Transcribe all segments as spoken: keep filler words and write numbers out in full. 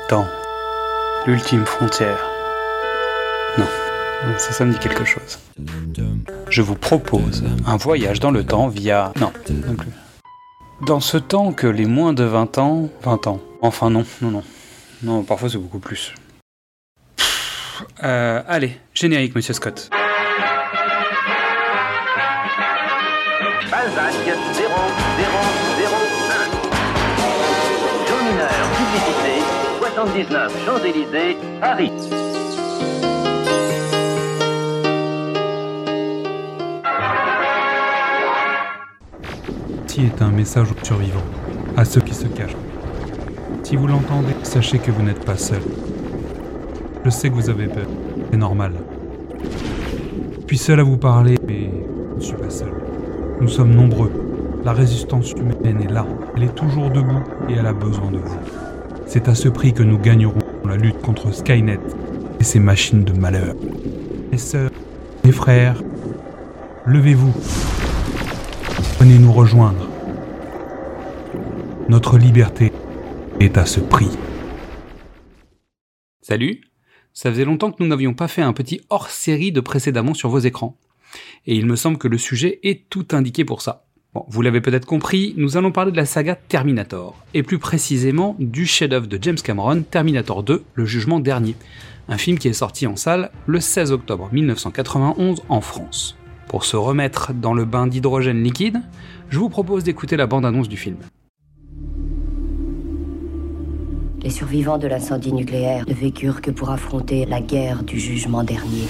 Temps. L'ultime frontière. Non, ça, ça me dit quelque chose. Je vous propose un voyage dans le temps via... Non, non plus. Dans ce temps que les moins de vingt ans... vingt ans. Enfin non, non, non. Non, parfois c'est beaucoup plus. Pff, euh, allez, générique, monsieur Scott. Balzac, zéro zéro zéro un. Do mineur, publicité, soixante-dix-neuf Champs-Élysées, Paris. Ceci est un message aux survivants, à ceux qui se cachent. Si vous l'entendez, sachez que vous n'êtes pas seul. Je sais que vous avez peur, c'est normal. Je suis seul à vous parler, mais je ne suis pas seul. Nous sommes nombreux. La résistance humaine est là, elle est toujours debout et elle a besoin de vous. C'est à ce prix que nous gagnerons la lutte contre Skynet et ses machines de malheur. Mes sœurs, mes frères, levez-vous. Venez nous rejoindre. Notre liberté est à ce prix. Salut, ça faisait longtemps que nous n'avions pas fait un petit hors-série de précédemment sur vos écrans. Et il me semble que le sujet est tout indiqué pour ça. Bon, vous l'avez peut-être compris, nous allons parler de la saga Terminator, et plus précisément du chef-d'œuvre de James Cameron, Terminator deux, Le Jugement Dernier, un film qui est sorti en salle le seize octobre mille neuf cent quatre-vingt-onze en France. Pour se remettre dans le bain d'hydrogène liquide, je vous propose d'écouter la bande-annonce du film. Les survivants de l'incendie nucléaire ne vécurent que pour affronter la guerre du jugement dernier.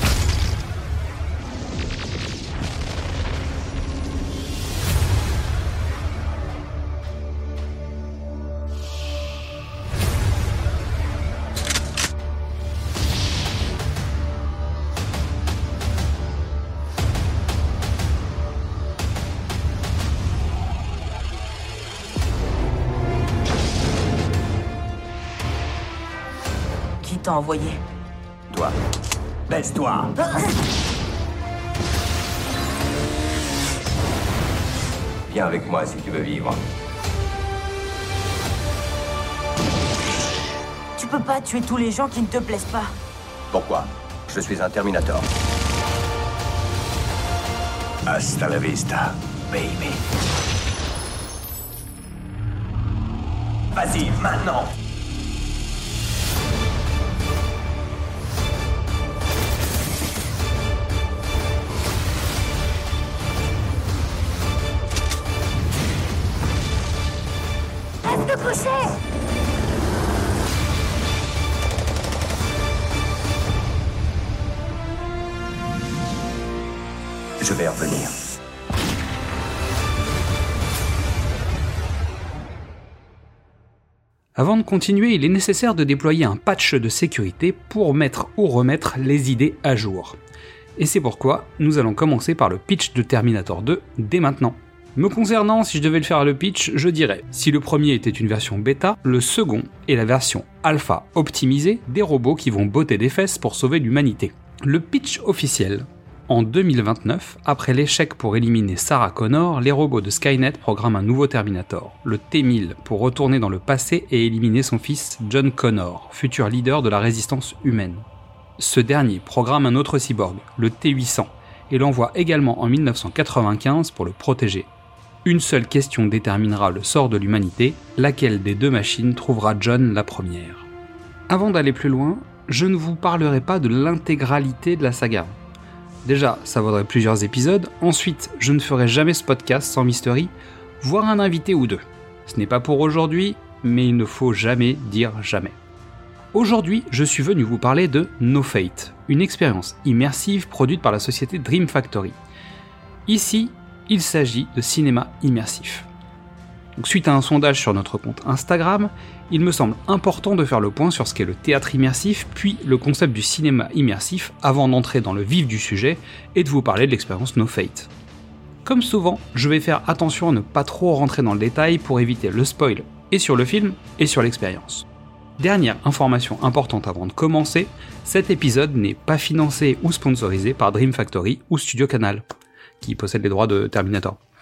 Qui t'a envoyé? Toi, baisse-toi. Viens avec moi si tu veux vivre. Tu peux pas tuer tous les gens qui ne te plaisent pas. Pourquoi? Je suis un Terminator. Hasta la vista, baby. Vas-y, maintenant. Reste couché! Je vais revenir. Avant de continuer, il est nécessaire de déployer un patch de sécurité pour mettre ou remettre les idées à jour. Et c'est pourquoi nous allons commencer par le pitch de Terminator deux dès maintenant. Me concernant, si je devais le faire le pitch, je dirais, si le premier était une version bêta, le second est la version alpha optimisée des robots qui vont botter des fesses pour sauver l'humanité. Le pitch officiel. En deux mille vingt-neuf, après l'échec pour éliminer Sarah Connor, les robots de Skynet programment un nouveau Terminator, le T mille, pour retourner dans le passé et éliminer son fils John Connor, futur leader de la résistance humaine. Ce dernier programme un autre cyborg, le T huit cents, et l'envoie également en mille neuf cent quatre-vingt-quinze pour le protéger. Une seule question déterminera le sort de l'humanité, laquelle des deux machines trouvera John la première. Avant d'aller plus loin, je ne vous parlerai pas de l'intégralité de la saga. Déjà, ça vaudrait plusieurs épisodes, ensuite, je ne ferai jamais ce podcast sans mystery, voire un invité ou deux. Ce n'est pas pour aujourd'hui, mais il ne faut jamais dire jamais. Aujourd'hui, je suis venu vous parler de No Fate, une expérience immersive produite par la société Dream Factory. Ici, il s'agit de cinéma immersif. Donc, suite à un sondage sur notre compte Instagram, il me semble important de faire le point sur ce qu'est le théâtre immersif, puis le concept du cinéma immersif, avant d'entrer dans le vif du sujet et de vous parler de l'expérience No Fate. Comme souvent, je vais faire attention à ne pas trop rentrer dans le détail pour éviter le spoil et sur le film et sur l'expérience. Dernière information importante avant de commencer, cet épisode n'est pas financé ou sponsorisé par Dream Factory ou Studio Canal, qui possèdent les droits de Terminator.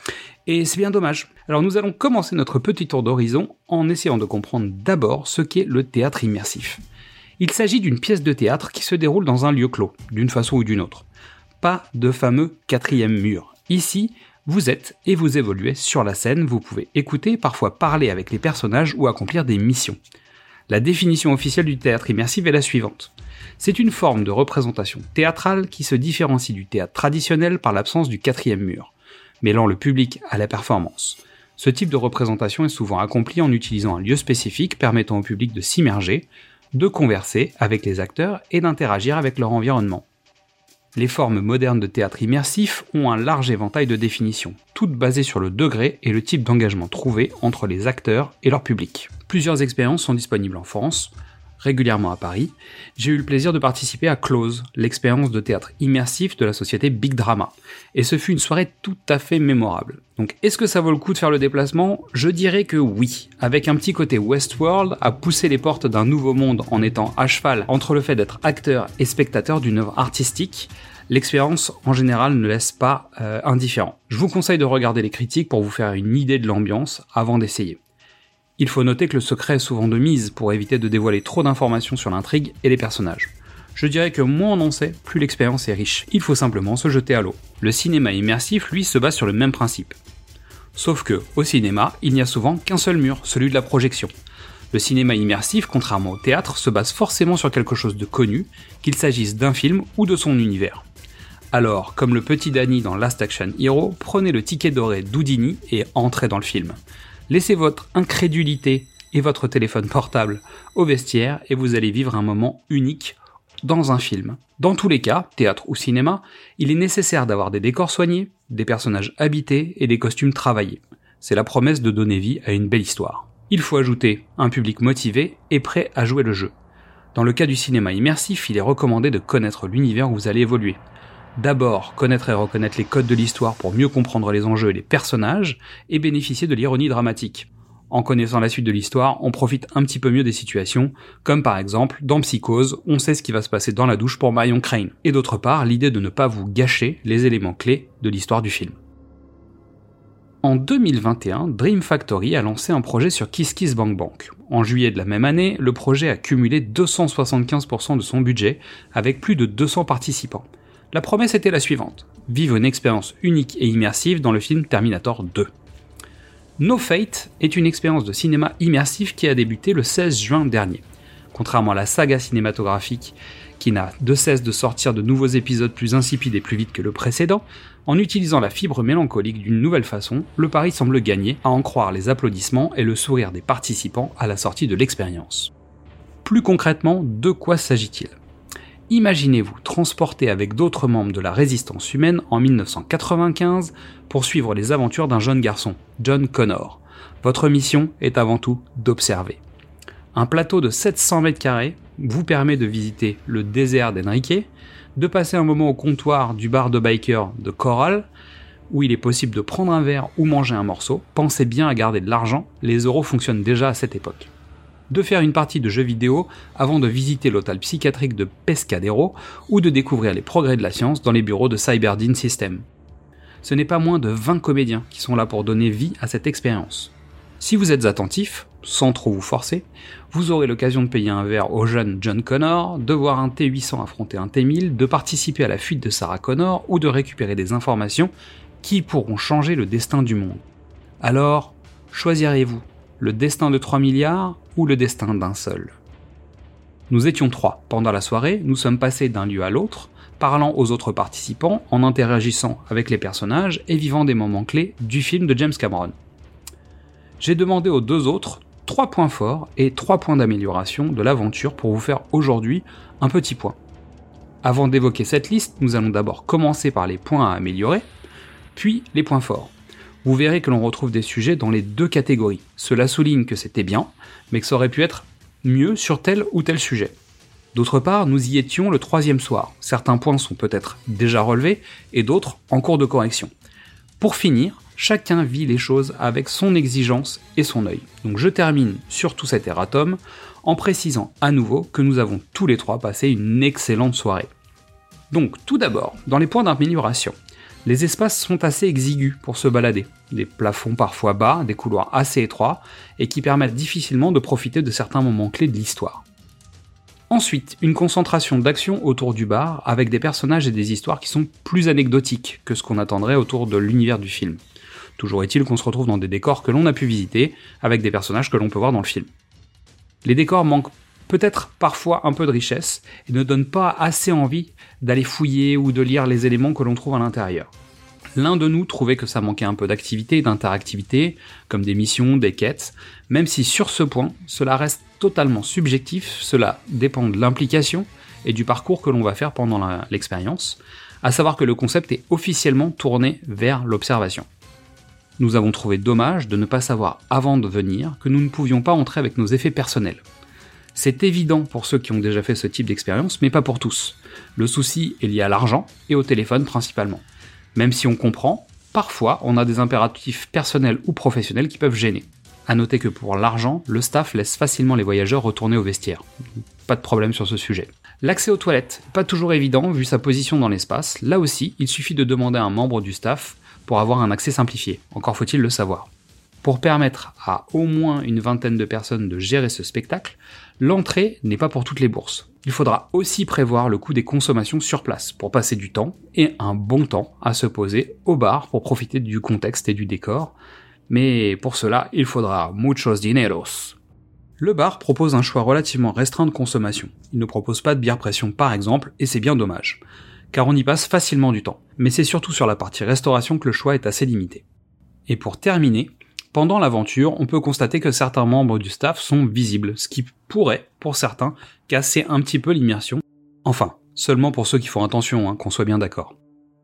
Et c'est bien dommage. Alors nous allons commencer notre petit tour d'horizon en essayant de comprendre d'abord ce qu'est le théâtre immersif. Il s'agit d'une pièce de théâtre qui se déroule dans un lieu clos, d'une façon ou d'une autre. Pas de fameux quatrième mur. Ici, vous êtes et vous évoluez sur la scène, vous pouvez écouter, parfois parler avec les personnages ou accomplir des missions. La définition officielle du théâtre immersif est la suivante. C'est une forme de représentation théâtrale qui se différencie du théâtre traditionnel par l'absence du quatrième mur, mêlant le public à la performance. Ce type de représentation est souvent accompli en utilisant un lieu spécifique permettant au public de s'immerger, de converser avec les acteurs et d'interagir avec leur environnement. Les formes modernes de théâtre immersif ont un large éventail de définitions, toutes basées sur le degré et le type d'engagement trouvé entre les acteurs et leur public. Plusieurs expériences sont disponibles en France, régulièrement à Paris. J'ai eu le plaisir de participer à Close, l'expérience de théâtre immersif de la société Big Drama, et ce fut une soirée tout à fait mémorable. Donc est-ce que ça vaut le coup de faire le déplacement ? Je dirais que oui, avec un petit côté Westworld à pousser les portes d'un nouveau monde en étant à cheval entre le fait d'être acteur et spectateur d'une œuvre artistique. L'expérience en général ne laisse pas euh, indifférent. Je vous conseille de regarder les critiques pour vous faire une idée de l'ambiance avant d'essayer. Il faut noter que le secret est souvent de mise pour éviter de dévoiler trop d'informations sur l'intrigue et les personnages. Je dirais que moins on en sait, plus l'expérience est riche. Il faut simplement se jeter à l'eau. Le cinéma immersif, lui, se base sur le même principe. Sauf que, au cinéma, il n'y a souvent qu'un seul mur, celui de la projection. Le cinéma immersif, contrairement au théâtre, se base forcément sur quelque chose de connu, qu'il s'agisse d'un film ou de son univers. Alors, comme le petit Danny dans Last Action Hero, prenez le ticket doré d'Houdini et entrez dans le film. Laissez votre incrédulité et votre téléphone portable au vestiaire et vous allez vivre un moment unique dans un film. Dans tous les cas, théâtre ou cinéma, il est nécessaire d'avoir des décors soignés, des personnages habités et des costumes travaillés. C'est la promesse de donner vie à une belle histoire. Il faut ajouter un public motivé et prêt à jouer le jeu. Dans le cas du cinéma immersif, il est recommandé de connaître l'univers où vous allez évoluer. D'abord, connaître et reconnaître les codes de l'histoire pour mieux comprendre les enjeux et les personnages, et bénéficier de l'ironie dramatique. En connaissant la suite de l'histoire, on profite un petit peu mieux des situations, comme par exemple, dans Psychose, on sait ce qui va se passer dans la douche pour Marion Crane. Et d'autre part, l'idée de ne pas vous gâcher les éléments clés de l'histoire du film. En deux mille vingt et un, Dream Factory a lancé un projet sur Kiss Kiss Bank Bank. En juillet de la même année, le projet a cumulé deux cent soixante-quinze pour cent de son budget, avec plus de deux cents participants. La promesse était la suivante, vivre une expérience unique et immersive dans le film Terminator deux. No Fate est une expérience de cinéma immersif qui a débuté le seize juin dernier. Contrairement à la saga cinématographique qui n'a de cesse de sortir de nouveaux épisodes plus insipides et plus vite que le précédent, en utilisant la fibre mélancolique d'une nouvelle façon, le pari semble gagner, à en croire les applaudissements et le sourire des participants à la sortie de l'expérience. Plus concrètement, de quoi s'agit-il ? Imaginez-vous transporté avec d'autres membres de la résistance humaine en mille neuf cent quatre-vingt-quinze pour suivre les aventures d'un jeune garçon, John Connor. Votre mission est avant tout d'observer. Un plateau de sept cents mètres carrés vous permet de visiter le désert d'Enrique, de passer un moment au comptoir du bar de biker de Coral, où il est possible de prendre un verre ou manger un morceau. Pensez bien à garder de l'argent, les euros fonctionnent déjà à cette époque. De faire une partie de jeux vidéo avant de visiter l'hôtel psychiatrique de Pescadero ou de découvrir les progrès de la science dans les bureaux de Cyberdine System. Ce n'est pas moins de vingt comédiens qui sont là pour donner vie à cette expérience. Si vous êtes attentif, sans trop vous forcer, vous aurez l'occasion de payer un verre au jeune John Connor, de voir un T huit cents affronter un T mille, de participer à la fuite de Sarah Connor ou de récupérer des informations qui pourront changer le destin du monde. Alors, choisirez-vous le destin de trois milliards ou le destin d'un seul ? Nous étions trois. Pendant la soirée, nous sommes passés d'un lieu à l'autre, parlant aux autres participants, en interagissant avec les personnages et vivant des moments clés du film de James Cameron. J'ai demandé aux deux autres trois points forts et trois points d'amélioration de l'aventure pour vous faire aujourd'hui un petit point. Avant d'évoquer cette liste, nous allons d'abord commencer par les points à améliorer, puis les points forts. Vous verrez que l'on retrouve des sujets dans les deux catégories. Cela souligne que c'était bien, mais que ça aurait pu être mieux sur tel ou tel sujet. D'autre part, nous y étions le troisième soir. Certains points sont peut-être déjà relevés et d'autres en cours de correction. Pour finir, chacun vit les choses avec son exigence et son œil. Donc je termine sur tout cet erratum en précisant à nouveau que nous avons tous les trois passé une excellente soirée. Donc tout d'abord, dans les points d'amélioration, Les espaces sont assez exigus pour se balader, des plafonds parfois bas, des couloirs assez étroits, et qui permettent difficilement de profiter de certains moments clés de l'histoire. Ensuite, une concentration d'action autour du bar, avec des personnages et des histoires qui sont plus anecdotiques que ce qu'on attendrait autour de l'univers du film. Toujours est-il qu'on se retrouve dans des décors que l'on a pu visiter, avec des personnages que l'on peut voir dans le film. Les décors manquent peut-être parfois un peu de richesse, et ne donnent pas assez envie d'aller fouiller ou de lire les éléments que l'on trouve à l'intérieur. L'un de nous trouvait que ça manquait un peu d'activité et d'interactivité, comme des missions, des quêtes, même si sur ce point, cela reste totalement subjectif, cela dépend de l'implication et du parcours que l'on va faire pendant la, l'expérience, à savoir que le concept est officiellement tourné vers l'observation. Nous avons trouvé dommage de ne pas savoir avant de venir que nous ne pouvions pas entrer avec nos effets personnels. C'est évident pour ceux qui ont déjà fait ce type d'expérience, mais pas pour tous. Le souci est lié à l'argent et au téléphone principalement. Même si on comprend, parfois on a des impératifs personnels ou professionnels qui peuvent gêner. A noter que pour l'argent, le staff laisse facilement les voyageurs retourner au vestiaire. Pas de problème sur ce sujet. L'accès aux toilettes, pas toujours évident vu sa position dans l'espace. Là aussi, il suffit de demander à un membre du staff pour avoir un accès simplifié. Encore faut-il le savoir. Pour permettre à au moins une vingtaine de personnes de gérer ce spectacle, l'entrée n'est pas pour toutes les bourses. Il faudra aussi prévoir le coût des consommations sur place pour passer du temps, et un bon temps, à se poser au bar pour profiter du contexte et du décor. Mais pour cela, il faudra muchos dineros. Le bar propose un choix relativement restreint de consommation. Il ne propose pas de bière pression par exemple, et c'est bien dommage, car on y passe facilement du temps. Mais c'est surtout sur la partie restauration que le choix est assez limité. Et pour terminer, pendant l'aventure, on peut constater que certains membres du staff sont visibles, ce qui pourrait, pour certains, casser un petit peu l'immersion. Enfin, seulement pour ceux qui font attention, hein, qu'on soit bien d'accord.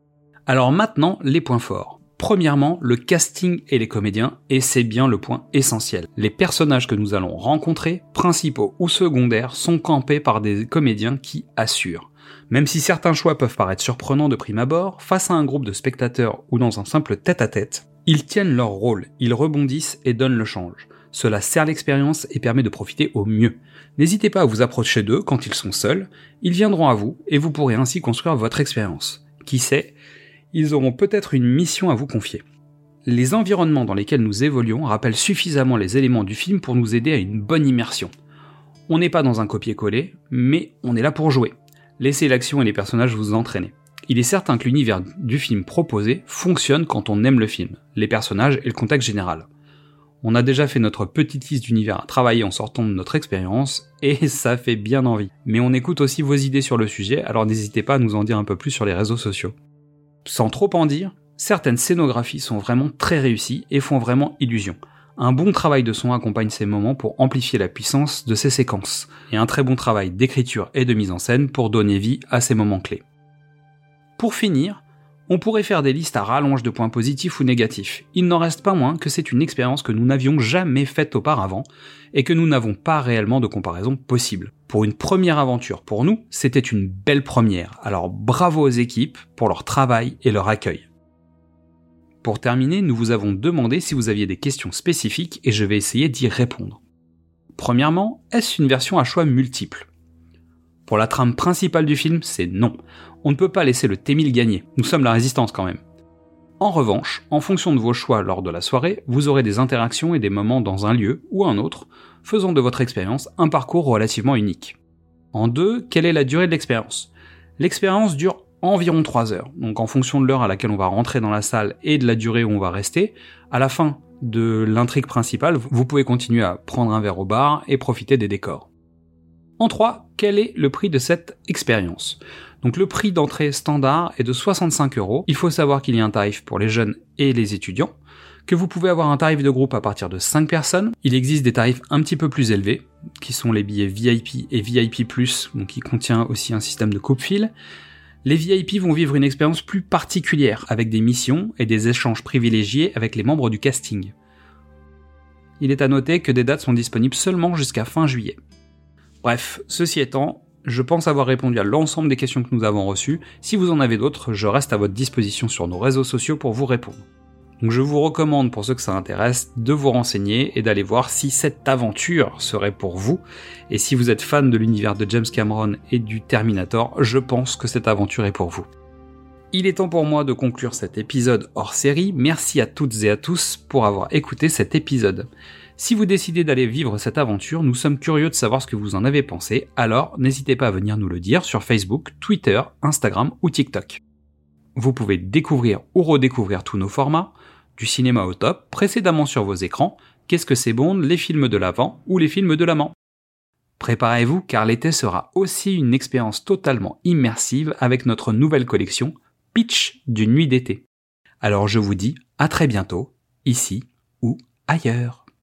Alors maintenant, les points forts. Premièrement, le casting et les comédiens, et c'est bien le point essentiel. Les personnages que nous allons rencontrer, principaux ou secondaires, sont campés par des comédiens qui assurent. Même si certains choix peuvent paraître surprenants de prime abord, face à un groupe de spectateurs ou dans un simple tête-à-tête, ils tiennent leur rôle, ils rebondissent et donnent le change. Cela sert l'expérience et permet de profiter au mieux. N'hésitez pas à vous approcher d'eux quand ils sont seuls, ils viendront à vous et vous pourrez ainsi construire votre expérience. Qui sait, ils auront peut-être une mission à vous confier. Les environnements dans lesquels nous évoluons rappellent suffisamment les éléments du film pour nous aider à une bonne immersion. On n'est pas dans un copier-coller, mais on est là pour jouer. Laissez l'action et les personnages vous entraîner. Il est certain que l'univers du film proposé fonctionne quand on aime le film, les personnages et le contexte général. On a déjà fait notre petite liste d'univers à travailler en sortant de notre expérience, et ça fait bien envie. Mais on écoute aussi vos idées sur le sujet, alors n'hésitez pas à nous en dire un peu plus sur les réseaux sociaux. Sans trop en dire, certaines scénographies sont vraiment très réussies et font vraiment illusion. Un bon travail de son accompagne ces moments pour amplifier la puissance de ces séquences, et un très bon travail d'écriture et de mise en scène pour donner vie à ces moments clés. Pour finir, on pourrait faire des listes à rallonge de points positifs ou négatifs. Il n'en reste pas moins que c'est une expérience que nous n'avions jamais faite auparavant, et que nous n'avons pas réellement de comparaison possible. Pour une première aventure, pour nous, c'était une belle première, alors bravo aux équipes pour leur travail et leur accueil. Pour terminer, nous vous avons demandé si vous aviez des questions spécifiques et je vais essayer d'y répondre. Premièrement, est-ce une version à choix multiples ? Pour la trame principale du film, c'est non. On ne peut pas laisser le T mille gagner, nous sommes la résistance quand même. En revanche, en fonction de vos choix lors de la soirée, vous aurez des interactions et des moments dans un lieu ou un autre, faisant de votre expérience un parcours relativement unique. En deux, quelle est la durée de l'expérience ? L'expérience dure environ trois heures, donc en fonction de l'heure à laquelle on va rentrer dans la salle et de la durée où on va rester, à la fin de l'intrigue principale, vous pouvez continuer à prendre un verre au bar et profiter des décors. En trois, quel est le prix de cette expérience ? Donc le prix d'entrée standard est de soixante-cinq euros. Il faut savoir qu'il y a un tarif pour les jeunes et les étudiants, que vous pouvez avoir un tarif de groupe à partir de cinq personnes. Il existe des tarifs un petit peu plus élevés, qui sont les billets V I P et V I P plus, donc qui contient aussi un système de coupe-fil. Les V I P vont vivre une expérience plus particulière, avec des missions et des échanges privilégiés avec les membres du casting. Il est à noter que des dates sont disponibles seulement jusqu'à fin juillet. Bref, ceci étant, je pense avoir répondu à l'ensemble des questions que nous avons reçues. Si vous en avez d'autres, je reste à votre disposition sur nos réseaux sociaux pour vous répondre. Donc je vous recommande, pour ceux que ça intéresse, de vous renseigner et d'aller voir si cette aventure serait pour vous. Et si vous êtes fan de l'univers de James Cameron et du Terminator, je pense que cette aventure est pour vous. Il est temps pour moi de conclure cet épisode hors série. Merci à toutes et à tous pour avoir écouté cet épisode. Si vous décidez d'aller vivre cette aventure, nous sommes curieux de savoir ce que vous en avez pensé, alors n'hésitez pas à venir nous le dire sur Facebook, Twitter, Instagram ou TikTok. Vous pouvez découvrir ou redécouvrir tous nos formats, du cinéma au top, précédemment sur vos écrans, Qu'est-ce que c'est Bond, les films de l'avant ou les films de l'amant. Préparez-vous car l'été sera aussi une expérience totalement immersive avec notre nouvelle collection Pitch d'une nuit d'été. Alors je vous dis à très bientôt, ici ou ailleurs.